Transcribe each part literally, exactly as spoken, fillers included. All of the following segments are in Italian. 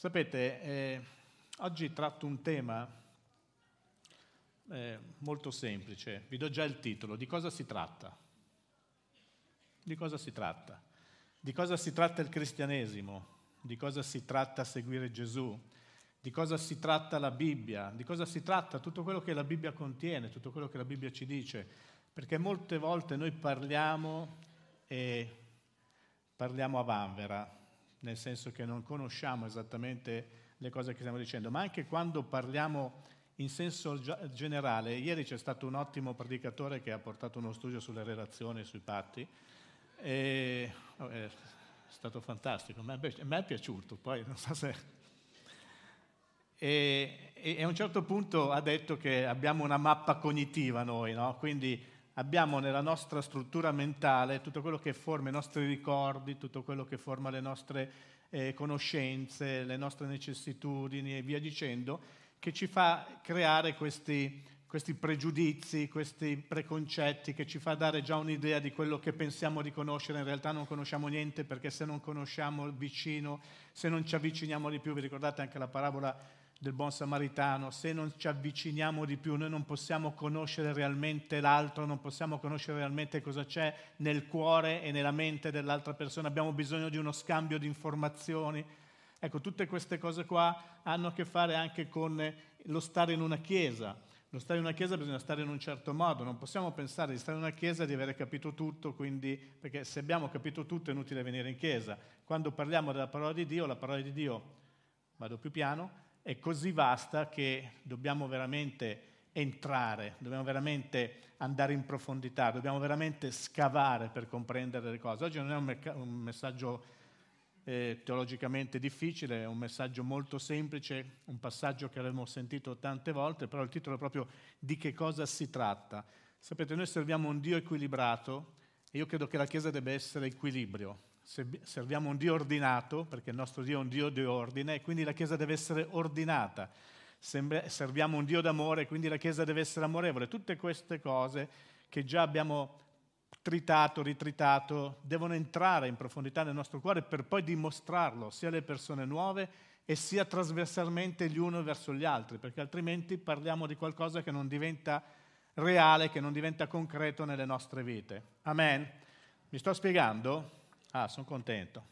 Sapete, eh, oggi tratto un tema eh, molto semplice, vi do già il titolo, di cosa si tratta? Di cosa si tratta? Di cosa si tratta il cristianesimo? Di cosa si tratta seguire Gesù? Di cosa si tratta la Bibbia? Di cosa si tratta tutto quello che la Bibbia contiene, tutto quello che la Bibbia ci dice? Perché molte volte noi parliamo e parliamo a vanvera, nel senso che non conosciamo esattamente le cose che stiamo dicendo, ma anche quando parliamo in senso generale. Ieri c'è stato un ottimo predicatore che ha portato uno studio sulle relazioni, sui patti, e è stato fantastico, a me è piaciuto, poi non so se... E, e a un certo punto ha detto che abbiamo una mappa cognitiva noi, no? Quindi abbiamo nella nostra struttura mentale tutto quello che forma i nostri ricordi, tutto quello che forma le nostre eh, conoscenze, le nostre necessitudini e via dicendo, che ci fa creare questi, questi pregiudizi, questi preconcetti, che ci fa dare già un'idea di quello che pensiamo di conoscere. In realtà non conosciamo niente, perché se non conosciamo il vicino, se non ci avviciniamo di più, vi ricordate anche la parabola del buon samaritano, se non ci avviciniamo di più noi non possiamo conoscere realmente l'altro, non possiamo conoscere realmente cosa c'è nel cuore e nella mente dell'altra persona, abbiamo bisogno di uno scambio di informazioni. Ecco, tutte queste cose qua hanno a che fare anche con lo stare in una chiesa. Lo stare in una chiesa bisogna stare in un certo modo, non possiamo pensare di stare in una chiesa e di avere capito tutto, quindi, perché se abbiamo capito tutto è inutile venire in chiesa. Quando parliamo della parola di Dio, la parola di Dio, vado più piano, è così vasta che dobbiamo veramente entrare, dobbiamo veramente andare in profondità, dobbiamo veramente scavare per comprendere le cose. Oggi non è un, meca- un messaggio eh, teologicamente difficile, è un messaggio molto semplice, un passaggio che avremo sentito tante volte, però il titolo è proprio di che cosa si tratta. Sapete, noi serviamo un Dio equilibrato e io credo che la Chiesa debba essere equilibrio. Serviamo un Dio ordinato, perché il nostro Dio è un Dio di ordine, e quindi la Chiesa deve essere ordinata. Serviamo un Dio d'amore, quindi la Chiesa deve essere amorevole. Tutte queste cose che già abbiamo tritato, ritritato, devono entrare in profondità nel nostro cuore per poi dimostrarlo sia alle persone nuove e sia trasversalmente gli uni verso gli altri, perché altrimenti parliamo di qualcosa che non diventa reale, che non diventa concreto nelle nostre vite. Amen? Mi sto spiegando? Ah, sono contento.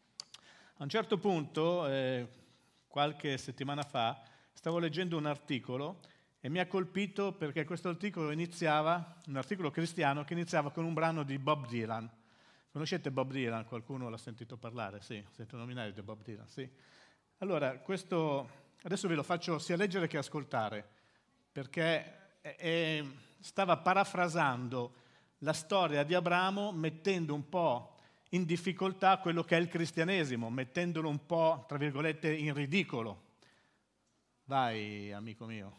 A un certo punto, eh, qualche settimana fa, stavo leggendo un articolo e mi ha colpito perché questo articolo iniziava, un articolo cristiano che iniziava con un brano di Bob Dylan. Conoscete Bob Dylan? Qualcuno l'ha sentito parlare? Sì, sento nominare di Bob Dylan, sì. Allora, questo, adesso ve lo faccio sia leggere che ascoltare, perché è, è, stava parafrasando la storia di Abramo mettendo un po' in difficoltà quello che è il cristianesimo, mettendolo un po', tra virgolette, in ridicolo. Vai, amico mio.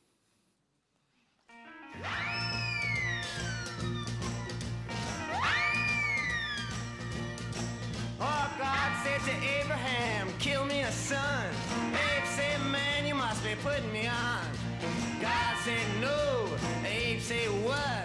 Oh, God said to Abraham, kill me a son. Abe said, man, you must be putting me on. God said, no. Abe said, what?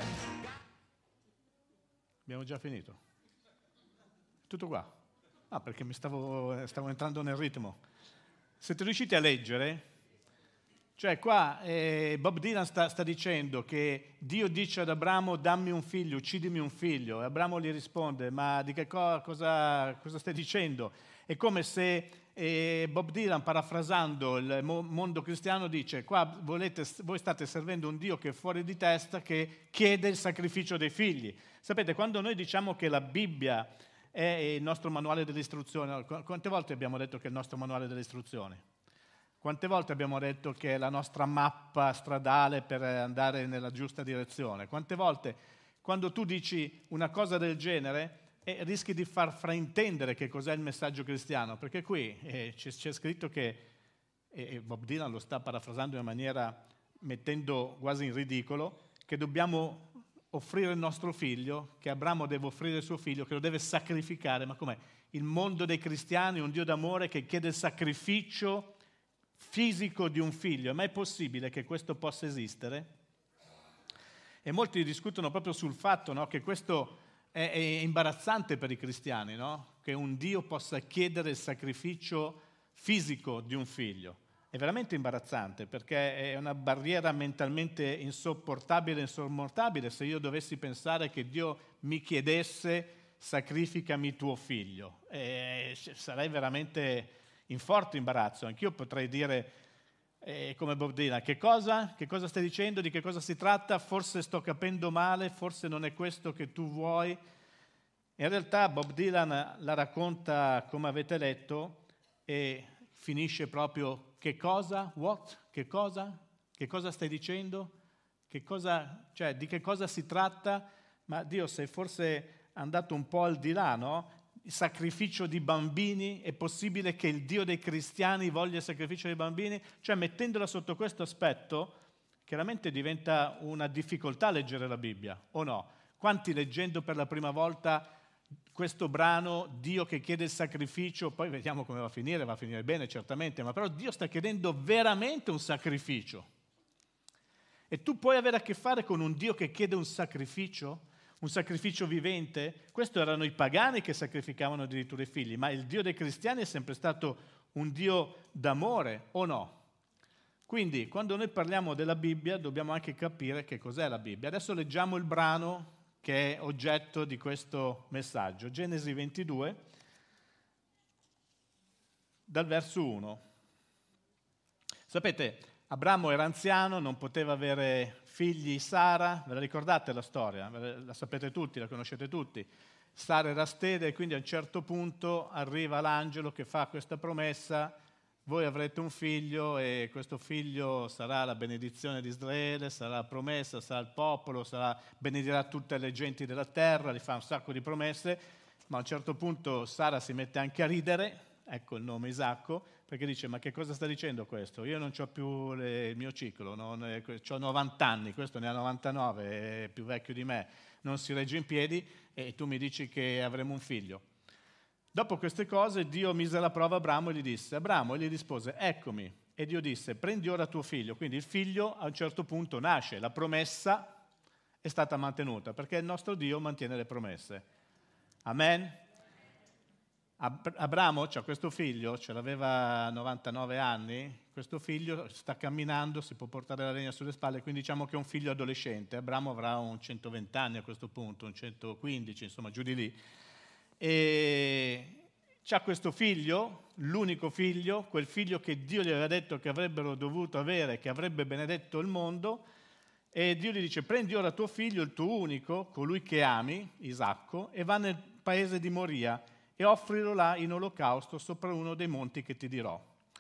Abbiamo già finito. Tutto qua. Ah, perché mi stavo, stavo entrando nel ritmo. Siete riusciti a leggere? Cioè qua eh, Bob Dylan sta, sta dicendo che Dio dice ad Abramo dammi un figlio, uccidimi un figlio, e Abramo gli risponde ma di che co- cosa, cosa stai dicendo? È come se eh, Bob Dylan, parafrasando il mo- mondo cristiano, dice qua volete, voi state servendo un Dio che è fuori di testa, che chiede il sacrificio dei figli. Sapete, quando noi diciamo che la Bibbia è il nostro manuale delle istruzioni, quante volte abbiamo detto che è il nostro manuale delle istruzioni? Quante volte abbiamo detto che è la nostra mappa stradale per andare nella giusta direzione? Quante volte, quando tu dici una cosa del genere, eh, rischi di far fraintendere che cos'è il messaggio cristiano? Perché qui eh, c'è, c'è scritto che, e Bob Dylan lo sta parafrasando in maniera, mettendo quasi in ridicolo, che dobbiamo offrire il nostro figlio, che Abramo deve offrire il suo figlio, che lo deve sacrificare. Ma com'è? Il mondo dei cristiani è un Dio d'amore che chiede il sacrificio fisico di un figlio. È mai possibile che questo possa esistere? E molti discutono proprio sul fatto, no, che questo è, è imbarazzante per i cristiani, no? Che un Dio possa chiedere il sacrificio fisico di un figlio. È veramente imbarazzante perché è una barriera mentalmente insopportabile, insormontabile se io dovessi pensare che Dio mi chiedesse sacrificami tuo figlio. E sarei veramente in forte imbarazzo. Anch'io potrei dire eh, come Bob Dylan, che cosa? Che cosa stai dicendo? Di che cosa si tratta? Forse sto capendo male, forse non è questo che tu vuoi. In realtà Bob Dylan la racconta come avete letto e finisce proprio che cosa? What? Che cosa? Che cosa stai dicendo? Che cosa, cioè, di che cosa si tratta? Ma Dio sei forse andato un po' al di là, no? Il sacrificio di bambini, è possibile che il Dio dei cristiani voglia il sacrificio dei bambini? Cioè, mettendola sotto questo aspetto, chiaramente diventa una difficoltà leggere la Bibbia, o no? Quanti leggendo per la prima volta questo brano, Dio che chiede il sacrificio, poi vediamo come va a finire, va a finire bene certamente, ma però Dio sta chiedendo veramente un sacrificio. E tu puoi avere a che fare con un Dio che chiede un sacrificio? Un sacrificio vivente? Questo erano i pagani che sacrificavano addirittura i figli, ma il Dio dei cristiani è sempre stato un Dio d'amore, o no? Quindi, quando noi parliamo della Bibbia, dobbiamo anche capire che cos'è la Bibbia. Adesso leggiamo il brano che è oggetto di questo messaggio. Genesi ventidue, dal verso uno. Sapete, Abramo era anziano, non poteva avere figli. Sara, ve la ricordate la storia? La sapete tutti, la conoscete tutti. Sara era sterile e quindi a un certo punto arriva l'angelo che fa questa promessa: voi avrete un figlio e questo figlio sarà la benedizione di Israele, sarà la promessa, sarà il popolo, sarà, benedirà tutte le genti della terra, gli fa un sacco di promesse, ma a un certo punto Sara si mette anche a ridere, ecco il nome Isacco, perché dice: ma che cosa sta dicendo questo? Io non ho più le, il mio ciclo, ho novanta anni, questo ne ha novantanove, è più vecchio di me, non si regge in piedi e tu mi dici che avremo un figlio. Dopo queste cose Dio mise alla prova Abramo e gli disse, Abramo, e gli rispose, eccomi. E Dio disse, prendi ora tuo figlio. Quindi il figlio a un certo punto nasce, la promessa è stata mantenuta, perché il nostro Dio mantiene le promesse. Amen? Ab- Abramo c'ha questo figlio, ce l'aveva novantanove anni, questo figlio sta camminando, si può portare la legna sulle spalle, quindi diciamo che è un figlio adolescente. Abramo avrà un centoventi anni a questo punto, un centoquindici, insomma giù di lì. E c'ha questo figlio, l'unico figlio, quel figlio che Dio gli aveva detto che avrebbero dovuto avere, che avrebbe benedetto il mondo, e Dio gli dice, prendi ora tuo figlio, il tuo unico, colui che ami, Isacco, e va nel paese di Moria e offrilo là in olocausto sopra uno dei monti che ti dirò.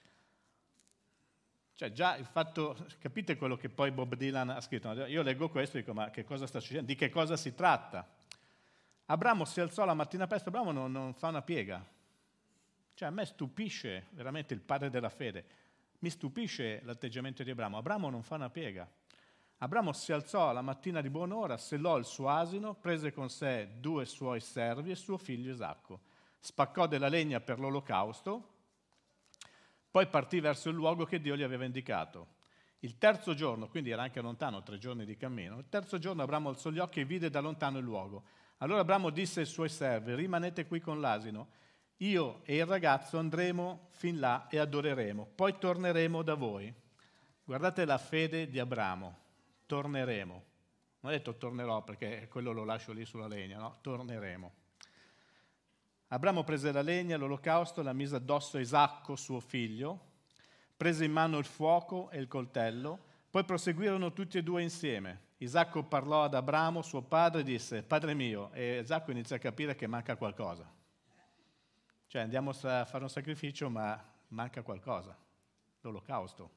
Cioè già il fatto, capite quello che poi Bob Dylan ha scritto? Io leggo questo e dico, ma che cosa sta succedendo? Di che cosa si tratta? Abramo si alzò la mattina presto, Abramo non, non fa una piega. Cioè a me stupisce veramente il padre della fede, mi stupisce l'atteggiamento di Abramo. Abramo non fa una piega. Abramo si alzò la mattina di buon'ora, sellò il suo asino, prese con sé due suoi servi e suo figlio Isacco. Spaccò della legna per l'olocausto, poi partì verso il luogo che Dio gli aveva indicato. Il terzo giorno, quindi era anche lontano, tre giorni di cammino, il terzo giorno Abramo alzò gli occhi e vide da lontano il luogo. Allora Abramo disse ai suoi servi, rimanete qui con l'asino, io e il ragazzo andremo fin là e adoreremo, poi torneremo da voi. Guardate la fede di Abramo, torneremo. Non ha detto tornerò perché quello lo lascio lì sulla legna, no? Torneremo. Abramo prese la legna, l'olocausto, la mise addosso a Isacco, suo figlio, prese in mano il fuoco e il coltello, poi proseguirono tutti e due insieme. Isacco parlò ad Abramo, suo padre, e disse, padre mio, e Isacco inizia a capire che manca qualcosa. Cioè andiamo a fare un sacrificio, ma manca qualcosa, l'olocausto.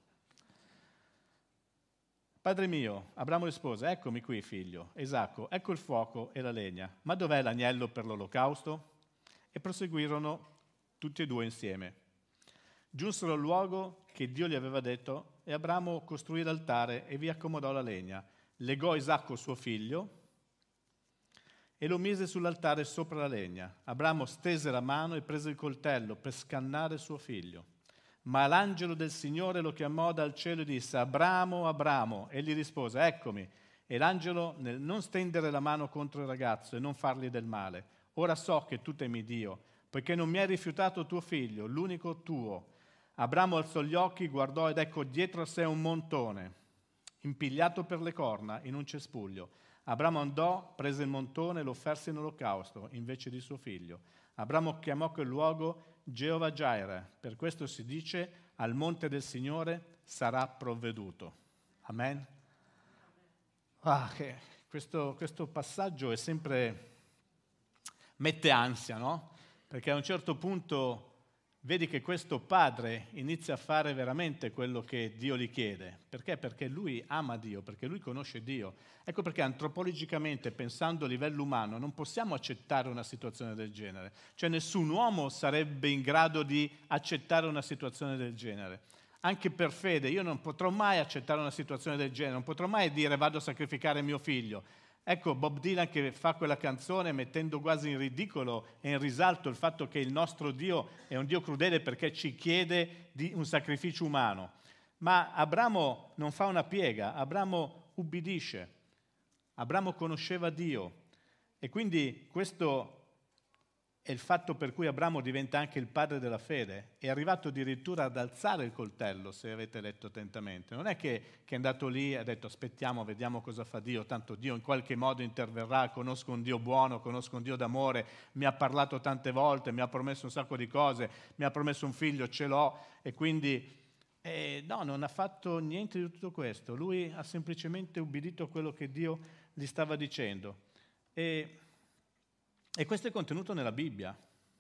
Padre mio, Abramo rispose, eccomi qui figlio. Isacco, ecco il fuoco e la legna, ma dov'è l'agnello per l'olocausto? E proseguirono tutti e due insieme. Giunsero al luogo che Dio gli aveva detto e Abramo costruì l'altare e vi accomodò la legna. Legò Isacco suo figlio e lo mise sull'altare sopra la legna. Abramo stese la mano e prese il coltello per scannare suo figlio. Ma l'angelo del Signore lo chiamò dal cielo e disse, Abramo, Abramo. E gli rispose, eccomi. E l'angelo, nel non stendere la mano contro il ragazzo e non fargli del male, ora so che tu temi Dio, poiché non mi hai rifiutato tuo figlio, l'unico tuo. Abramo alzò gli occhi, guardò ed ecco dietro a sé un montone, impigliato per le corna in un cespuglio. Abramo andò, prese il montone e lo offerse in olocausto invece di suo figlio. Abramo chiamò quel luogo Geova Jireh, per questo si dice al monte del Signore sarà provveduto. Amen? Ah, che questo, questo passaggio è sempre, mette ansia, no? Perché a un certo punto vedi che questo padre inizia a fare veramente quello che Dio gli chiede. Perché? Perché lui ama Dio, perché lui conosce Dio. Ecco perché antropologicamente, pensando a livello umano, non possiamo accettare una situazione del genere. Cioè nessun uomo sarebbe in grado di accettare una situazione del genere. Anche per fede, io non potrò mai accettare una situazione del genere, non potrò mai dire vado a sacrificare mio figlio. Ecco Bob Dylan che fa quella canzone mettendo quasi in ridicolo e in risalto il fatto che il nostro Dio è un Dio crudele perché ci chiede di un sacrificio umano. Ma Abramo non fa una piega, Abramo ubbidisce, Abramo conosceva Dio e quindi questo è il fatto per cui Abramo diventa anche il padre della fede. È arrivato addirittura ad alzare il coltello, se avete letto attentamente. Non è che, che è andato lì e ha detto aspettiamo, vediamo cosa fa Dio, tanto Dio in qualche modo interverrà, conosco un Dio buono, conosco un Dio d'amore, mi ha parlato tante volte, mi ha promesso un sacco di cose, mi ha promesso un figlio, ce l'ho, e quindi eh, no, non ha fatto niente di tutto questo. Lui ha semplicemente ubbidito a quello che Dio gli stava dicendo. E E questo è contenuto nella Bibbia.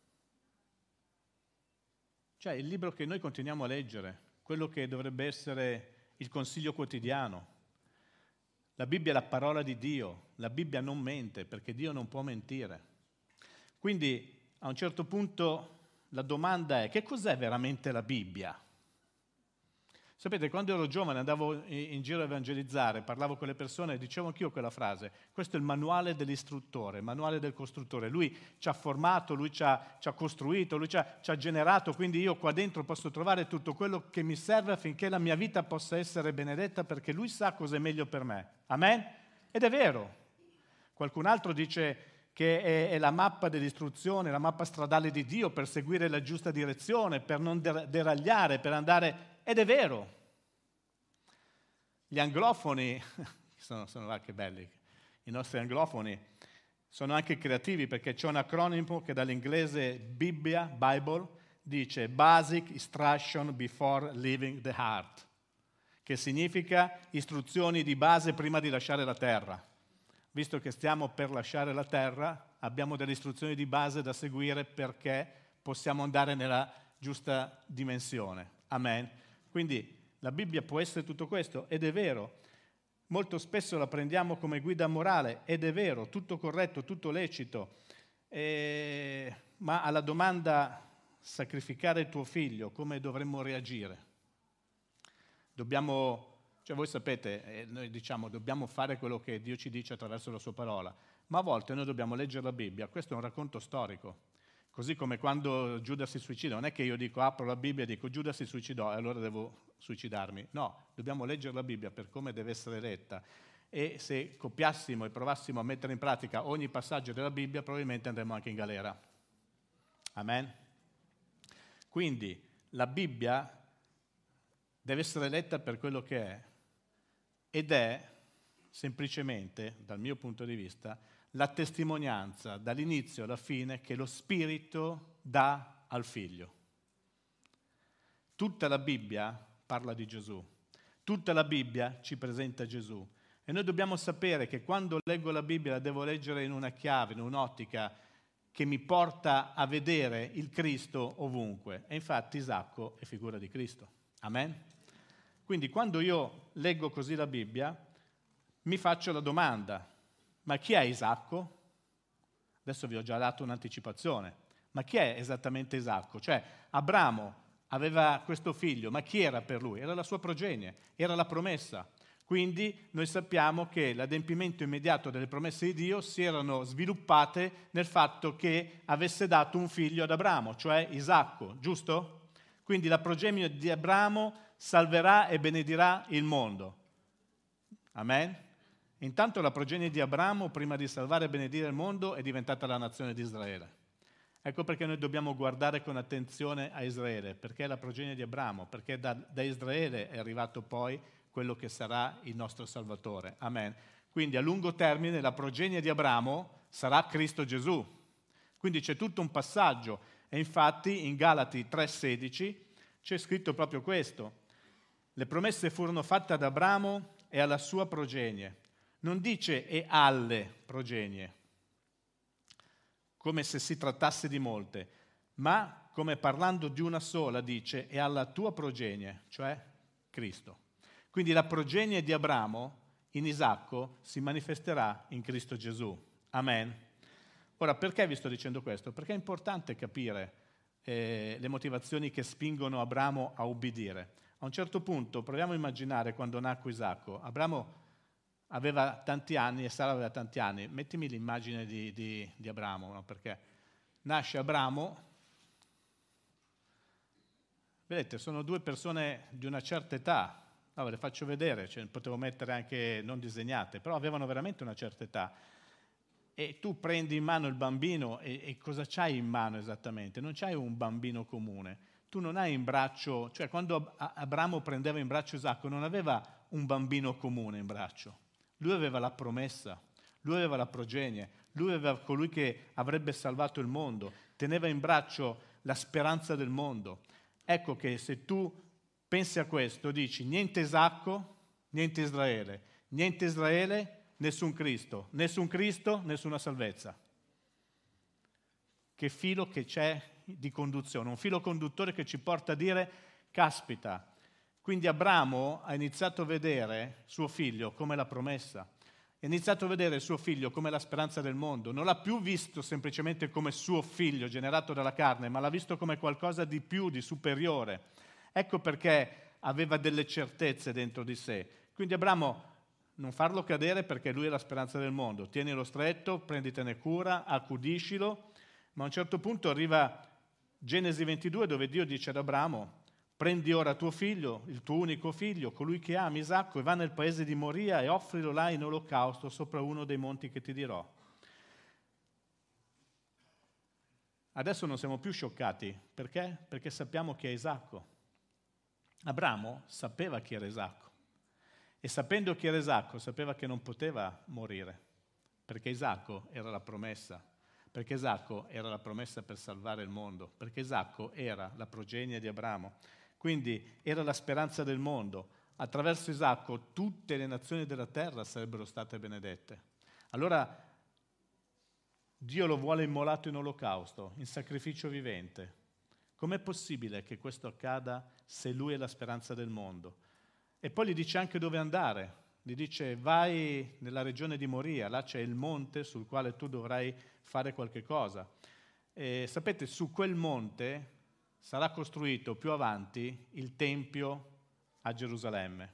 Cioè il libro che noi continuiamo a leggere, quello che dovrebbe essere il consiglio quotidiano. La Bibbia è la parola di Dio, la Bibbia non mente perché Dio non può mentire. Quindi a un certo punto la domanda è: che cos'è veramente la Bibbia? Sapete, quando ero giovane andavo in giro a evangelizzare, parlavo con le persone e dicevo anch'io quella frase: questo è il manuale dell'istruttore, il manuale del costruttore. Lui ci ha formato, lui ci ha, ci ha costruito, lui ci ha, ci ha generato, quindi io qua dentro posso trovare tutto quello che mi serve affinché la mia vita possa essere benedetta, perché lui sa cosa è meglio per me. Amen? Ed è vero. Qualcun altro dice che è, è la mappa dell'istruzione, la mappa stradale di Dio per seguire la giusta direzione, per non deragliare, per andare... Ed è vero. Gli anglofoni, sono, sono anche belli, i nostri anglofoni sono anche creativi perché c'è un acronimo che dall'inglese Bibbia, Bible, dice Basic Instruction Before Leaving the Heart, che significa istruzioni di base prima di lasciare la terra. Visto che stiamo per lasciare la terra, abbiamo delle istruzioni di base da seguire perché possiamo andare nella giusta dimensione. Amen. Quindi la Bibbia può essere tutto questo, ed è vero. Molto spesso la prendiamo come guida morale, ed è vero, tutto corretto, tutto lecito. E... ma alla domanda sacrificare il tuo figlio, come dovremmo reagire? Dobbiamo, cioè voi sapete, eh, noi diciamo dobbiamo fare quello che Dio ci dice attraverso la sua parola, ma a volte noi dobbiamo leggere la Bibbia. Questo è un racconto storico. Così come quando Giuda si suicida, non è che io dico apro la Bibbia e dico Giuda si suicidò e allora devo suicidarmi. No, dobbiamo leggere la Bibbia per come deve essere letta, e se copiassimo e provassimo a mettere in pratica ogni passaggio della Bibbia probabilmente andremo anche in galera. Amen? Quindi la Bibbia deve essere letta per quello che è, ed è semplicemente, dal mio punto di vista, la testimonianza dall'inizio alla fine che lo Spirito dà al Figlio. Tutta la Bibbia parla di Gesù, tutta la Bibbia ci presenta Gesù, e noi dobbiamo sapere che quando leggo la Bibbia la devo leggere in una chiave, in un'ottica che mi porta a vedere il Cristo ovunque, e infatti Isacco è figura di Cristo. Amen? Quindi quando io leggo così la Bibbia mi faccio la domanda: ma chi è Isacco? Adesso vi ho già dato un'anticipazione. Ma chi è esattamente Isacco? Cioè, Abramo aveva questo figlio, ma chi era per lui? Era la sua progenie, era la promessa. Quindi noi sappiamo che l'adempimento immediato delle promesse di Dio si erano sviluppate nel fatto che avesse dato un figlio ad Abramo, cioè Isacco, giusto? Quindi la progenie di Abramo salverà e benedirà il mondo. Amen? Intanto la progenie di Abramo, prima di salvare e benedire il mondo, è diventata la nazione di Israele. Ecco perché noi dobbiamo guardare con attenzione a Israele, perché è la progenie di Abramo, perché da, da Israele è arrivato poi quello che sarà il nostro Salvatore. Amen. Quindi a lungo termine la progenie di Abramo sarà Cristo Gesù. Quindi c'è tutto un passaggio e infatti in Galati tre sedici c'è scritto proprio questo. Le promesse furono fatte ad Abramo e alla sua progenie. Non dice e alle progenie, come se si trattasse di molte, ma come parlando di una sola dice e alla tua progenie, cioè Cristo. Quindi la progenie di Abramo in Isacco si manifesterà in Cristo Gesù. Amen. Ora, perché vi sto dicendo questo? Perché è importante capire eh, le motivazioni che spingono Abramo a ubbidire. A un certo punto, proviamo a immaginare quando nacque Isacco. Abramo aveva tanti anni e Sara aveva tanti anni. Mettimi l'immagine di, di, di Abramo, no? Perché nasce Abramo, vedete, sono due persone di una certa età. No, ve le faccio vedere, cioè, potevo mettere anche non disegnate, però avevano veramente una certa età. E tu prendi in mano il bambino e, e cosa c'hai in mano esattamente? Non c'hai un bambino comune. Tu non hai in braccio, cioè quando Abramo prendeva in braccio Isacco non aveva un bambino comune in braccio. Lui aveva la promessa, lui aveva la progenie, lui aveva colui che avrebbe salvato il mondo, teneva in braccio la speranza del mondo. Ecco che se tu pensi a questo, dici niente Isacco, niente Israele, niente Israele, nessun Cristo, nessun Cristo, nessuna salvezza. Che filo che c'è di conduzione, un filo conduttore che ci porta a dire, caspita, quindi Abramo ha iniziato a vedere suo figlio come la promessa, ha iniziato a vedere suo figlio come la speranza del mondo, non l'ha più visto semplicemente come suo figlio generato dalla carne, ma l'ha visto come qualcosa di più, di superiore. Ecco perché aveva delle certezze dentro di sé. Quindi Abramo, non farlo cadere perché lui è la speranza del mondo, tienilo stretto, prenditene cura, accudiscilo, ma a un certo punto arriva Genesi ventidue dove Dio dice ad Abramo, prendi ora tuo figlio, il tuo unico figlio, colui che ami Isacco, e va nel paese di Moria e offrilo là in olocausto sopra uno dei monti che ti dirò. Adesso non siamo più scioccati, perché? Perché sappiamo chi è Isacco. Abramo sapeva chi era Isacco e sapendo chi era Isacco sapeva che non poteva morire, perché Isacco era la promessa. Perché Isacco era la promessa per salvare il mondo, perché Isacco era la progenie di Abramo, quindi era la speranza del mondo. Attraverso Isacco tutte le nazioni della terra sarebbero state benedette. Allora Dio lo vuole immolato in olocausto, in sacrificio vivente. Com'è possibile che questo accada se Lui è la speranza del mondo? E poi gli dice anche dove andare. Gli dice vai nella regione di Moria, là c'è il monte sul quale tu dovrai fare qualche cosa. E sapete, su quel monte sarà costruito più avanti il Tempio a Gerusalemme.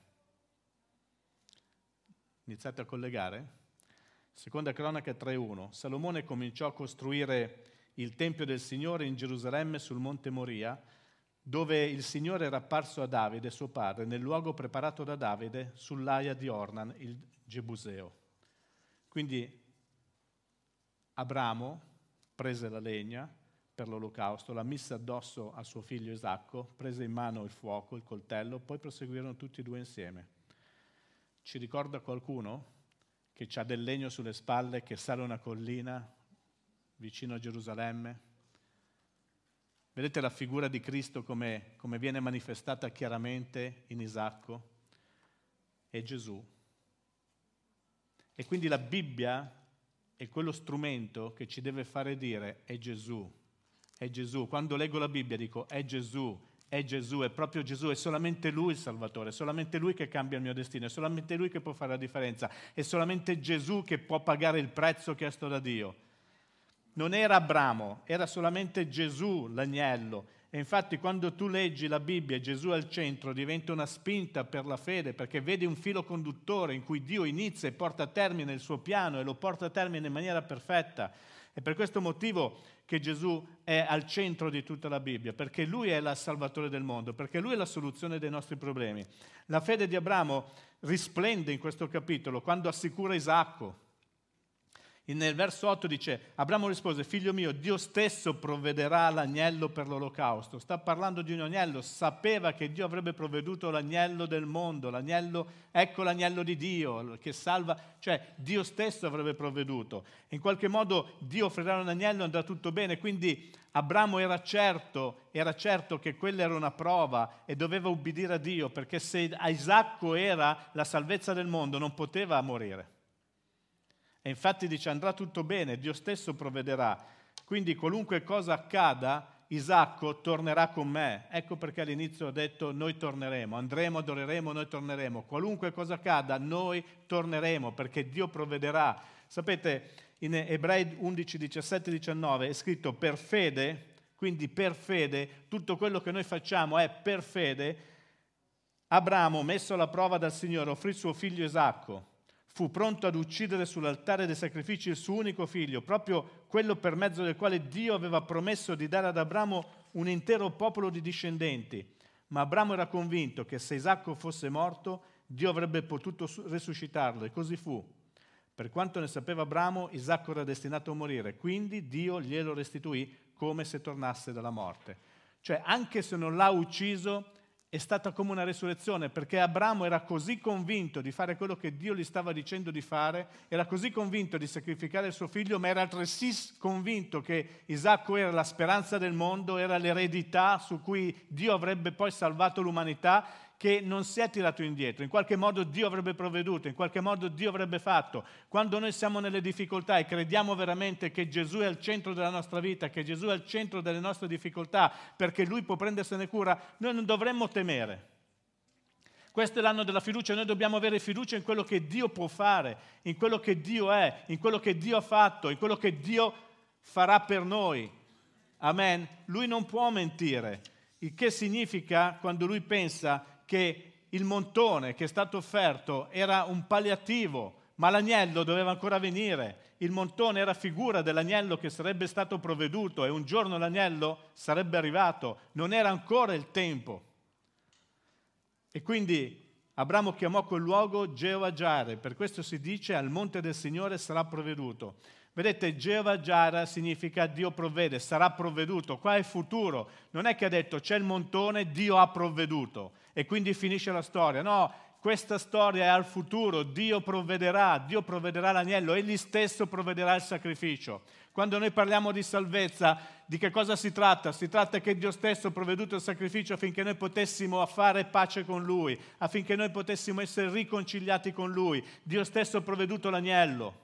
Iniziate a collegare? Seconda Cronache tre uno. Salomone cominciò a costruire il Tempio del Signore in Gerusalemme sul monte Moria, dove il Signore era apparso a Davide, suo padre, nel luogo preparato da Davide sull'aia di Ornan, il Gebuseo. Quindi Abramo prese la legna per l'olocausto, la mise addosso a suo figlio Isacco, prese in mano il fuoco, il coltello, poi proseguirono tutti e due insieme. Ci ricorda qualcuno che ha del legno sulle spalle, che sale una collina vicino a Gerusalemme? Vedete la figura di Cristo come, come viene manifestata chiaramente in Isacco? È Gesù. E quindi la Bibbia è quello strumento che ci deve fare dire è Gesù, è Gesù. Quando leggo la Bibbia dico è Gesù, è Gesù, è proprio Gesù, è solamente Lui il Salvatore, è solamente Lui che cambia il mio destino, è solamente Lui che può fare la differenza, è solamente Gesù che può pagare il prezzo chiesto da Dio. Non era Abramo, era solamente Gesù l'agnello. E infatti quando tu leggi la Bibbia e Gesù è al centro diventa una spinta per la fede, perché vedi un filo conduttore in cui Dio inizia e porta a termine il suo piano e lo porta a termine in maniera perfetta. È per questo motivo che Gesù è al centro di tutta la Bibbia, perché Lui è il Salvatore del mondo, perché Lui è la soluzione dei nostri problemi. La fede di Abramo risplende in questo capitolo quando assicura Isacco. Nel verso otto dice, Abramo rispose, figlio mio, Dio stesso provvederà l'agnello per l'olocausto. Sta parlando di un agnello, sapeva che Dio avrebbe provveduto l'agnello del mondo, l'agnello, ecco l'agnello di Dio che salva, cioè Dio stesso avrebbe provveduto. In qualche modo Dio offrirà un agnello e andrà tutto bene, quindi Abramo era certo, era certo che quella era una prova e doveva ubbidire a Dio, perché se a Isacco era la salvezza del mondo non poteva morire. E infatti dice andrà tutto bene, Dio stesso provvederà. Quindi qualunque cosa accada, Isacco tornerà con me. Ecco perché all'inizio ho detto noi torneremo, andremo, adoreremo, noi torneremo. Qualunque cosa accada, noi torneremo perché Dio provvederà. Sapete, in Ebrei undici, diciassette, diciannove è scritto per fede, quindi per fede, tutto quello che noi facciamo è per fede. Abramo, messo alla prova dal Signore, offrì suo figlio Isacco. Fu pronto ad uccidere sull'altare dei sacrifici il suo unico figlio, proprio quello per mezzo del quale Dio aveva promesso di dare ad Abramo un intero popolo di discendenti. Ma Abramo era convinto che se Isacco fosse morto, Dio avrebbe potuto risuscitarlo, e così fu. Per quanto ne sapeva Abramo, Isacco era destinato a morire, quindi Dio glielo restituì come se tornasse dalla morte. Cioè, anche se non l'ha ucciso, è stata come una resurrezione, perché Abramo era così convinto di fare quello che Dio gli stava dicendo di fare, era così convinto di sacrificare il suo figlio, ma era altresì convinto che Isacco era la speranza del mondo, era l'eredità su cui Dio avrebbe poi salvato l'umanità, che non si è tirato indietro. In qualche modo Dio avrebbe provveduto, in qualche modo Dio avrebbe fatto. Quando noi siamo nelle difficoltà e crediamo veramente che Gesù è al centro della nostra vita, che Gesù è al centro delle nostre difficoltà, perché Lui può prendersene cura, noi non dovremmo temere. Questo è l'anno della fiducia, noi dobbiamo avere fiducia in quello che Dio può fare, in quello che Dio è, in quello che Dio ha fatto, in quello che Dio farà per noi. Amen. Lui non può mentire, il che significa, quando Lui pensa che il montone che è stato offerto era un palliativo, ma l'agnello doveva ancora venire. Il montone era figura dell'agnello che sarebbe stato provveduto e un giorno l'agnello sarebbe arrivato. Non era ancora il tempo. E quindi Abramo chiamò quel luogo Geova Jare, per questo si dice al monte del Signore sarà provveduto. Vedete, Geova Jare significa Dio provvede, sarà provveduto. Qua è futuro, non è che ha detto c'è il montone, Dio ha provveduto e quindi finisce la storia. No, questa storia è al futuro, Dio provvederà, Dio provvederà l'agnello, Egli stesso provvederà il sacrificio. Quando noi parliamo di salvezza, di che cosa si tratta? Si tratta che Dio stesso ha provveduto il sacrificio affinché noi potessimo fare pace con Lui, affinché noi potessimo essere riconciliati con Lui. Dio stesso ha provveduto l'agnello.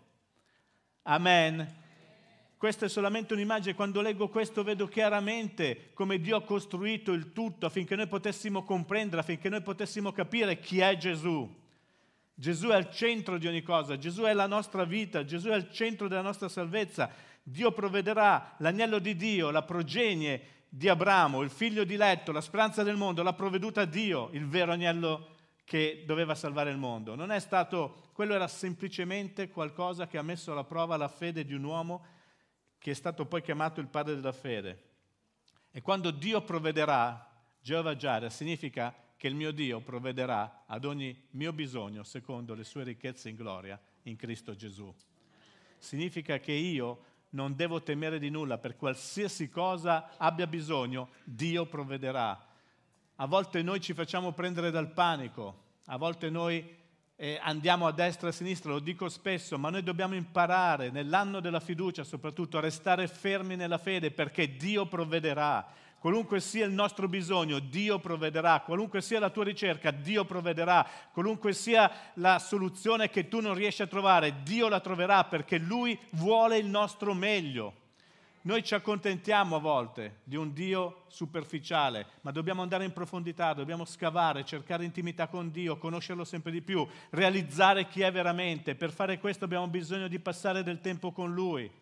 Amen. Questa è solamente un'immagine. Quando leggo questo vedo chiaramente come Dio ha costruito il tutto affinché noi potessimo comprendere, affinché noi potessimo capire chi è Gesù. Gesù è al centro di ogni cosa, Gesù è la nostra vita, Gesù è al centro della nostra salvezza. Dio provvederà, l'agnello di Dio, la progenie di Abramo, il figlio diletto, la speranza del mondo, l'ha provveduta Dio, il vero agnello che doveva salvare il mondo. Non è stato, quello era semplicemente qualcosa che ha messo alla prova la fede di un uomo che è stato poi chiamato il padre della fede. E quando Dio provvederà, Geova Jare, significa che il mio Dio provvederà ad ogni mio bisogno secondo le sue ricchezze in gloria in Cristo Gesù. Significa che io non devo temere di nulla, per qualsiasi cosa abbia bisogno, Dio provvederà. A volte noi ci facciamo prendere dal panico, a volte noi eh, andiamo a destra e a sinistra, lo dico spesso, ma noi dobbiamo imparare nell'anno della fiducia soprattutto a restare fermi nella fede, perché Dio provvederà. Qualunque sia il nostro bisogno, Dio provvederà. Qualunque sia la tua ricerca, Dio provvederà. Qualunque sia la soluzione che tu non riesci a trovare, Dio la troverà, perché Lui vuole il nostro meglio. Noi ci accontentiamo a volte di un Dio superficiale, ma dobbiamo andare in profondità, dobbiamo scavare, cercare intimità con Dio, conoscerlo sempre di più, realizzare chi è veramente. Per fare questo abbiamo bisogno di passare del tempo con Lui.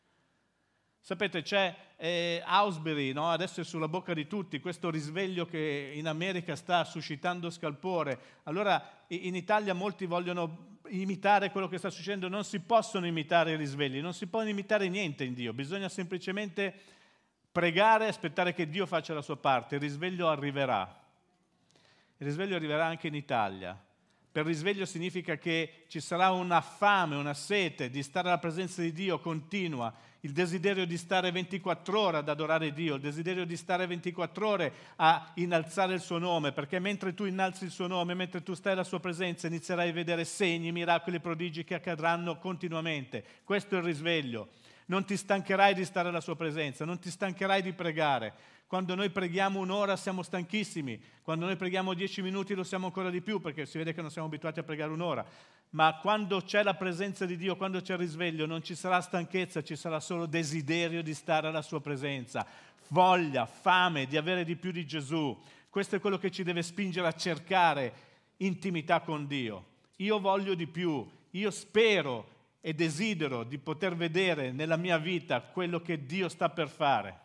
Sapete, c'è eh, Ausbury, no? Adesso è sulla bocca di tutti, questo risveglio che in America sta suscitando scalpore. Allora in Italia molti vogliono imitare quello che sta succedendo, non si possono imitare i risvegli, non si può imitare niente in Dio, bisogna semplicemente pregare e aspettare che Dio faccia la sua parte, il risveglio arriverà. Il risveglio arriverà anche in Italia, Per risveglio significa che ci sarà una fame, una sete di stare alla presenza di Dio continua, il desiderio di stare ventiquattro ore ad adorare Dio, il desiderio di stare ventiquattro ore a innalzare il suo nome, perché mentre tu innalzi il suo nome, mentre tu stai alla sua presenza, inizierai a vedere segni, miracoli, prodigi che accadranno continuamente. Questo è il risveglio. Non ti stancherai di stare alla sua presenza, non ti stancherai di pregare. Quando noi preghiamo un'ora siamo stanchissimi, quando noi preghiamo dieci minuti lo siamo ancora di più, perché si vede che non siamo abituati a pregare un'ora. Ma quando c'è la presenza di Dio, quando c'è il risveglio, non ci sarà stanchezza, ci sarà solo desiderio di stare alla sua presenza, voglia, fame di avere di più di Gesù. Questo è quello che ci deve spingere a cercare intimità con Dio. Io voglio di più, io spero e desidero di poter vedere nella mia vita quello che Dio sta per fare.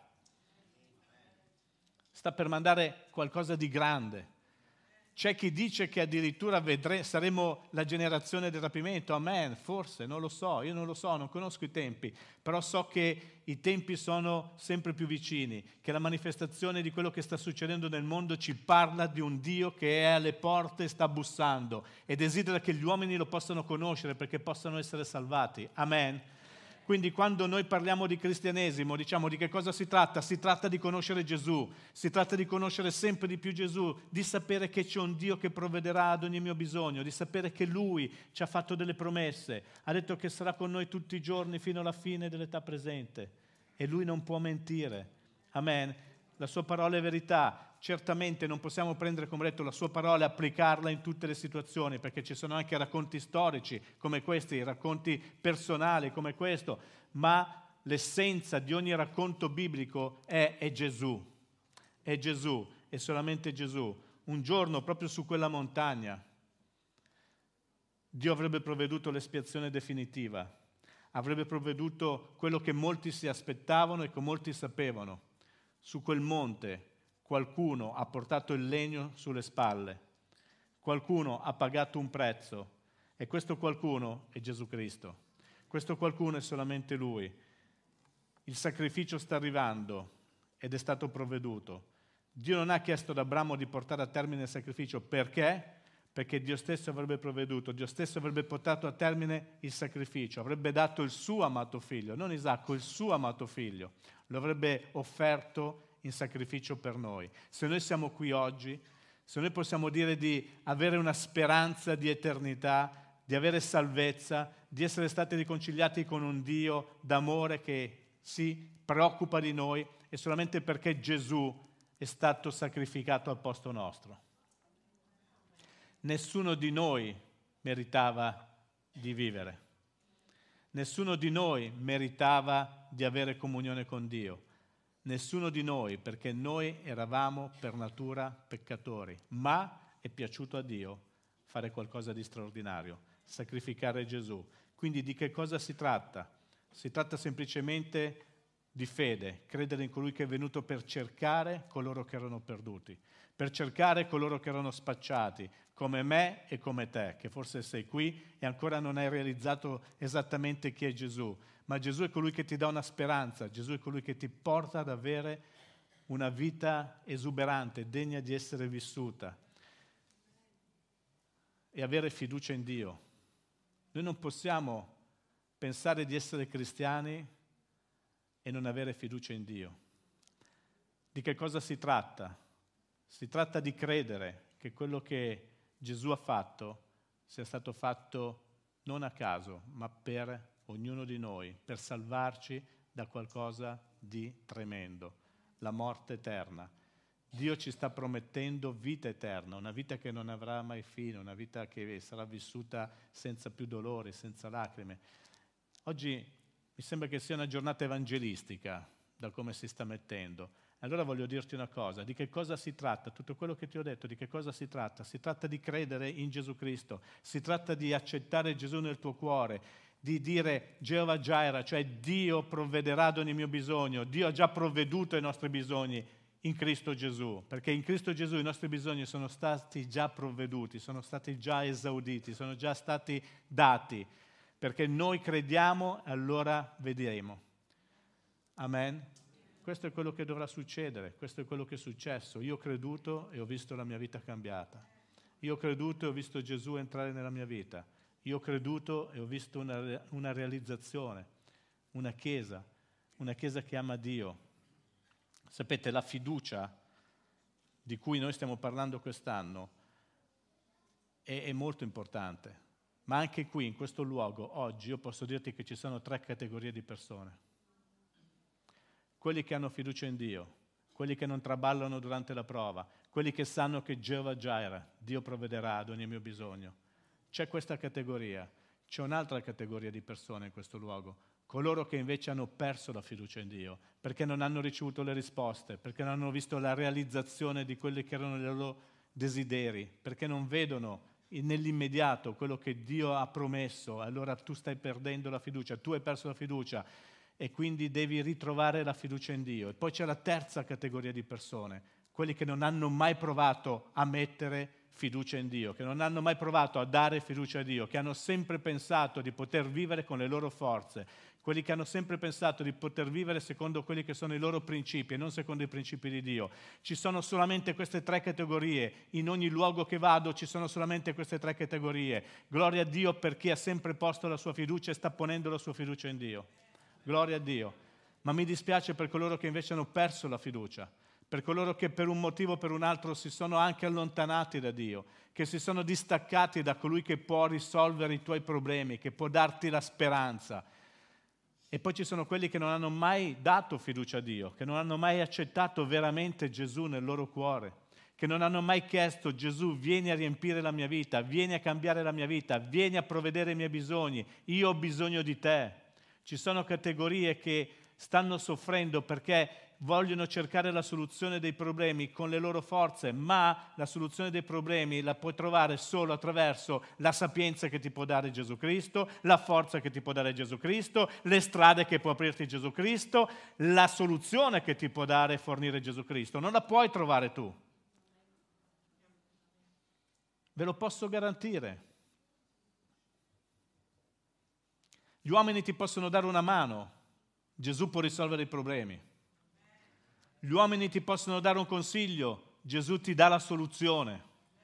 Sta per mandare qualcosa di grande. C'è chi dice che addirittura vedre, saremo la generazione del rapimento. Amen, forse, non lo so, io non lo so, non conosco i tempi, però so che i tempi sono sempre più vicini, che la manifestazione di quello che sta succedendo nel mondo ci parla di un Dio che è alle porte e sta bussando e desidera che gli uomini lo possano conoscere perché possano essere salvati. Amen. Quindi quando noi parliamo di cristianesimo, diciamo di che cosa si tratta? Si tratta di conoscere Gesù, si tratta di conoscere sempre di più Gesù, di sapere che c'è un Dio che provvederà ad ogni mio bisogno, di sapere che Lui ci ha fatto delle promesse, ha detto che sarà con noi tutti i giorni fino alla fine dell'età presente e Lui non può mentire. Amen. La sua parola è verità. Certamente non possiamo prendere, come detto, la sua parola e applicarla in tutte le situazioni, perché ci sono anche racconti storici come questi, racconti personali come questo, ma l'essenza di ogni racconto biblico è, è Gesù, è Gesù, è solamente Gesù. Un giorno, proprio su quella montagna, Dio avrebbe provveduto l'espiazione definitiva, avrebbe provveduto quello che molti si aspettavano e che molti sapevano. Su quel monte qualcuno ha portato il legno sulle spalle, qualcuno ha pagato un prezzo e questo qualcuno è Gesù Cristo. Questo qualcuno è solamente Lui. Il sacrificio sta arrivando ed è stato provveduto. Dio non ha chiesto ad Abramo di portare a termine il sacrificio. Perché? Perché Dio stesso avrebbe provveduto, Dio stesso avrebbe portato a termine il sacrificio, avrebbe dato il suo amato figlio, non Isacco, il suo amato figlio, lo avrebbe offerto in sacrificio per noi. Se noi siamo qui oggi, se noi possiamo dire di avere una speranza di eternità, di avere salvezza, di essere stati riconciliati con un Dio d'amore che si preoccupa di noi, è solamente perché Gesù è stato sacrificato al posto nostro. Nessuno di noi meritava di vivere. Nessuno di noi meritava di avere comunione con Dio. Nessuno di noi, perché noi eravamo per natura peccatori, ma è piaciuto a Dio fare qualcosa di straordinario, sacrificare Gesù. Quindi di che cosa si tratta? Si tratta semplicemente di fede, credere in colui che è venuto per cercare coloro che erano perduti, per cercare coloro che erano spacciati, come me e come te, che forse sei qui e ancora non hai realizzato esattamente chi è Gesù. Ma Gesù è colui che ti dà una speranza, Gesù è colui che ti porta ad avere una vita esuberante, degna di essere vissuta e avere fiducia in Dio. Noi non possiamo pensare di essere cristiani e non avere fiducia in Dio. Di che cosa si tratta? Si tratta di credere che quello che Gesù ha fatto sia stato fatto non a caso, ma per ognuno di noi, per salvarci da qualcosa di tremendo, la morte eterna. Dio ci sta promettendo vita eterna, una vita che non avrà mai fine, una vita che sarà vissuta senza più dolori, senza lacrime. Oggi mi sembra che sia una giornata evangelistica, da come si sta mettendo. Allora voglio dirti una cosa, di che cosa si tratta? Tutto quello che ti ho detto, di che cosa si tratta? Si tratta di credere in Gesù Cristo, si tratta di accettare Gesù nel tuo cuore, di dire Geova Jireh, cioè Dio provvederà ad ogni mio bisogno, Dio ha già provveduto ai nostri bisogni in Cristo Gesù, perché in Cristo Gesù i nostri bisogni sono stati già provveduti, sono stati già esauditi, sono già stati dati, perché noi crediamo e allora vedremo. Amen. Questo è quello che dovrà succedere, questo è quello che è successo. Io ho creduto e ho visto la mia vita cambiata. Io ho creduto e ho visto Gesù entrare nella mia vita. Io ho creduto e ho visto una, una realizzazione, una chiesa, una chiesa che ama Dio. Sapete, la fiducia di cui noi stiamo parlando quest'anno è, è molto importante, ma anche qui, in questo luogo, oggi, io posso dirti che ci sono tre categorie di persone. Quelli che hanno fiducia in Dio, quelli che non traballano durante la prova, quelli che sanno che Jehovah Jireh, Dio provvederà ad ogni mio bisogno. C'è questa categoria, c'è un'altra categoria di persone in questo luogo, coloro che invece hanno perso la fiducia in Dio, perché non hanno ricevuto le risposte, perché non hanno visto la realizzazione di quelli che erano i loro desideri, perché non vedono nell'immediato quello che Dio ha promesso. Allora tu stai perdendo la fiducia, tu hai perso la fiducia e quindi devi ritrovare la fiducia in Dio. E poi c'è la terza categoria di persone, quelli che non hanno mai provato a mettere fiducia in Dio, che non hanno mai provato a dare fiducia a Dio, che hanno sempre pensato di poter vivere con le loro forze, quelli che hanno sempre pensato di poter vivere secondo quelli che sono i loro principi e non secondo i principi di Dio. Ci sono solamente queste tre categorie, in ogni luogo che vado ci sono solamente queste tre categorie. Gloria a Dio per chi ha sempre posto la sua fiducia e sta ponendo la sua fiducia in Dio. Gloria a Dio. Ma mi dispiace per coloro che invece hanno perso la fiducia, per coloro che per un motivo o per un altro si sono anche allontanati da Dio, che si sono distaccati da colui che può risolvere i tuoi problemi, che può darti la speranza. E poi ci sono quelli che non hanno mai dato fiducia a Dio, che non hanno mai accettato veramente Gesù nel loro cuore, che non hanno mai chiesto: Gesù, vieni a riempire la mia vita, vieni a cambiare la mia vita, vieni a provvedere i miei bisogni, io ho bisogno di te. Ci sono categorie che stanno soffrendo perché vogliono cercare la soluzione dei problemi con le loro forze, ma la soluzione dei problemi la puoi trovare solo attraverso la sapienza che ti può dare Gesù Cristo, la forza che ti può dare Gesù Cristo, le strade che può aprirti Gesù Cristo, la soluzione che ti può dare e fornire Gesù Cristo. Non la puoi trovare tu. Ve lo posso garantire. Gli uomini ti possono dare una mano, Gesù può risolvere i problemi. Gli uomini ti possono dare un consiglio, Gesù ti dà la soluzione.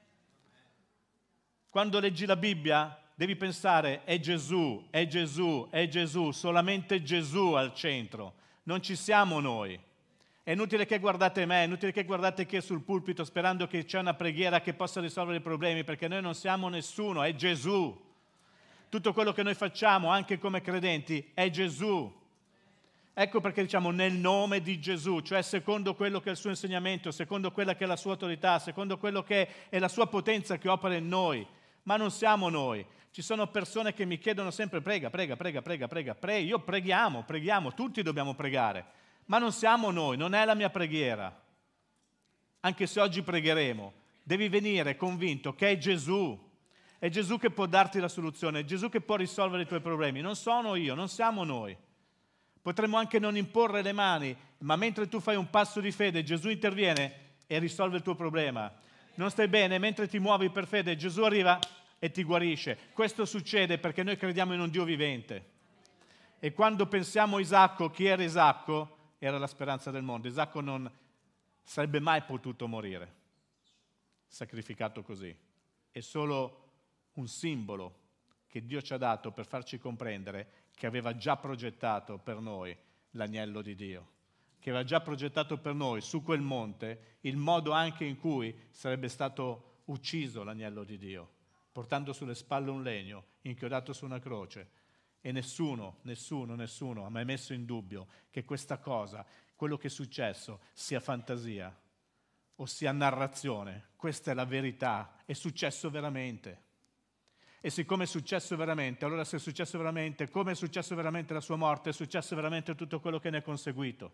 Quando leggi la Bibbia devi pensare: è Gesù, è Gesù, è Gesù, solamente Gesù al centro, non ci siamo noi. È inutile che guardate me, è inutile che guardate chi è sul pulpito sperando che c'è una preghiera che possa risolvere i problemi, perché noi non siamo nessuno, è Gesù. Tutto quello che noi facciamo, anche come credenti, è Gesù. Ecco perché diciamo nel nome di Gesù, cioè secondo quello che è il suo insegnamento, secondo quella che è la sua autorità, secondo quello che è la sua potenza che opera in noi. Ma non siamo noi. Ci sono persone che mi chiedono sempre: prega, prega, prega, prega, prega, prega. Io preghiamo, preghiamo, tutti dobbiamo pregare. Ma non siamo noi, non è la mia preghiera. Anche se oggi pregheremo, devi venire convinto che è Gesù. È Gesù che può darti la soluzione, è Gesù che può risolvere i tuoi problemi. Non sono io, non siamo noi. Potremmo anche non imporre le mani, ma mentre tu fai un passo di fede, Gesù interviene e risolve il tuo problema. Non stai bene, mentre ti muovi per fede, Gesù arriva e ti guarisce. Questo succede perché noi crediamo in un Dio vivente. E quando pensiamo a Isacco, chi era Isacco? Era la speranza del mondo. Isacco non sarebbe mai potuto morire, sacrificato così. È solo un simbolo che Dio ci ha dato per farci comprendere che aveva già progettato per noi l'agnello di Dio, che aveva già progettato per noi su quel monte il modo anche in cui sarebbe stato ucciso l'agnello di Dio, portando sulle spalle un legno, inchiodato su una croce. E nessuno, nessuno, nessuno ha mai messo in dubbio che questa cosa, quello che è successo, sia fantasia o sia narrazione. Questa è la verità, è successo veramente. E siccome è successo veramente, allora se è successo veramente, come è successo veramente la sua morte, è successo veramente tutto quello che ne è conseguito.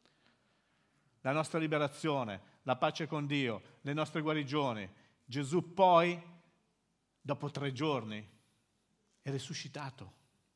La nostra liberazione, la pace con Dio, le nostre guarigioni. Gesù poi, dopo tre giorni, è risuscitato.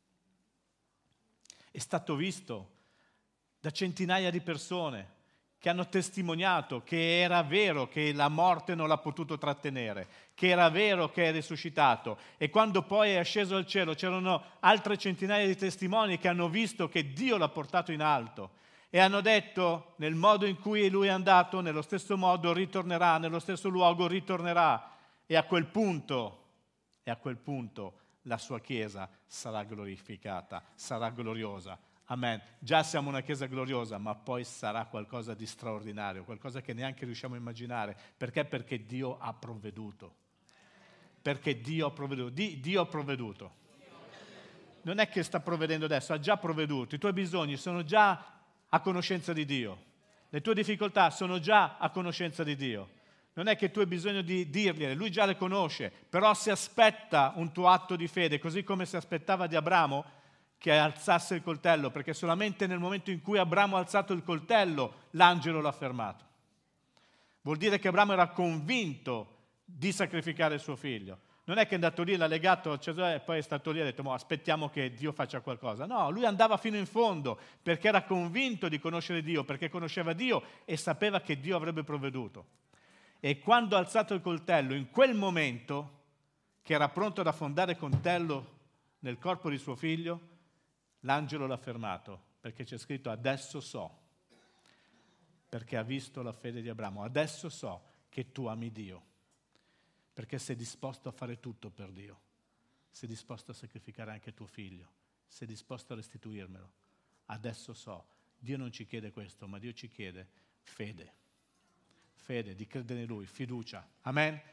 È stato visto da centinaia di persone che hanno testimoniato che era vero che la morte non l'ha potuto trattenere, che era vero che è risuscitato. E quando poi è sceso al cielo c'erano altre centinaia di testimoni che hanno visto che Dio l'ha portato in alto e hanno detto: nel modo in cui lui è andato, nello stesso modo ritornerà, nello stesso luogo ritornerà. E a quel punto, e a quel punto la sua Chiesa sarà glorificata, sarà gloriosa. Amen. Già siamo una Chiesa gloriosa, ma poi sarà qualcosa di straordinario, qualcosa che neanche riusciamo a immaginare. Perché? Perché Dio ha provveduto. Perché Dio ha provveduto. Di, Dio ha provveduto. Non è che sta provvedendo adesso, ha già provveduto. I tuoi bisogni sono già a conoscenza di Dio. Le tue difficoltà sono già a conoscenza di Dio. Non è che tu hai bisogno di dirgliele, Lui già le conosce, però si aspetta un tuo atto di fede, così come si aspettava di Abramo che alzasse il coltello, perché solamente nel momento in cui Abramo ha alzato il coltello, l'angelo l'ha fermato. Vuol dire che Abramo era convinto di sacrificare il suo figlio. Non è che è andato lì, l'ha legato a Gesù e poi è stato lì e ha detto, aspettiamo che Dio faccia qualcosa. No, lui andava fino in fondo, perché era convinto di conoscere Dio, perché conosceva Dio e sapeva che Dio avrebbe provveduto. E quando ha alzato il coltello, in quel momento, che era pronto ad affondare il coltello nel corpo di suo figlio, l'angelo l'ha fermato, perché c'è scritto adesso so, perché ha visto la fede di Abramo, adesso so che tu ami Dio, perché sei disposto a fare tutto per Dio, sei disposto a sacrificare anche tuo figlio, sei disposto a restituirmelo. Adesso so, Dio non ci chiede questo, ma Dio ci chiede fede, fede, di credere in Lui, fiducia. Amen?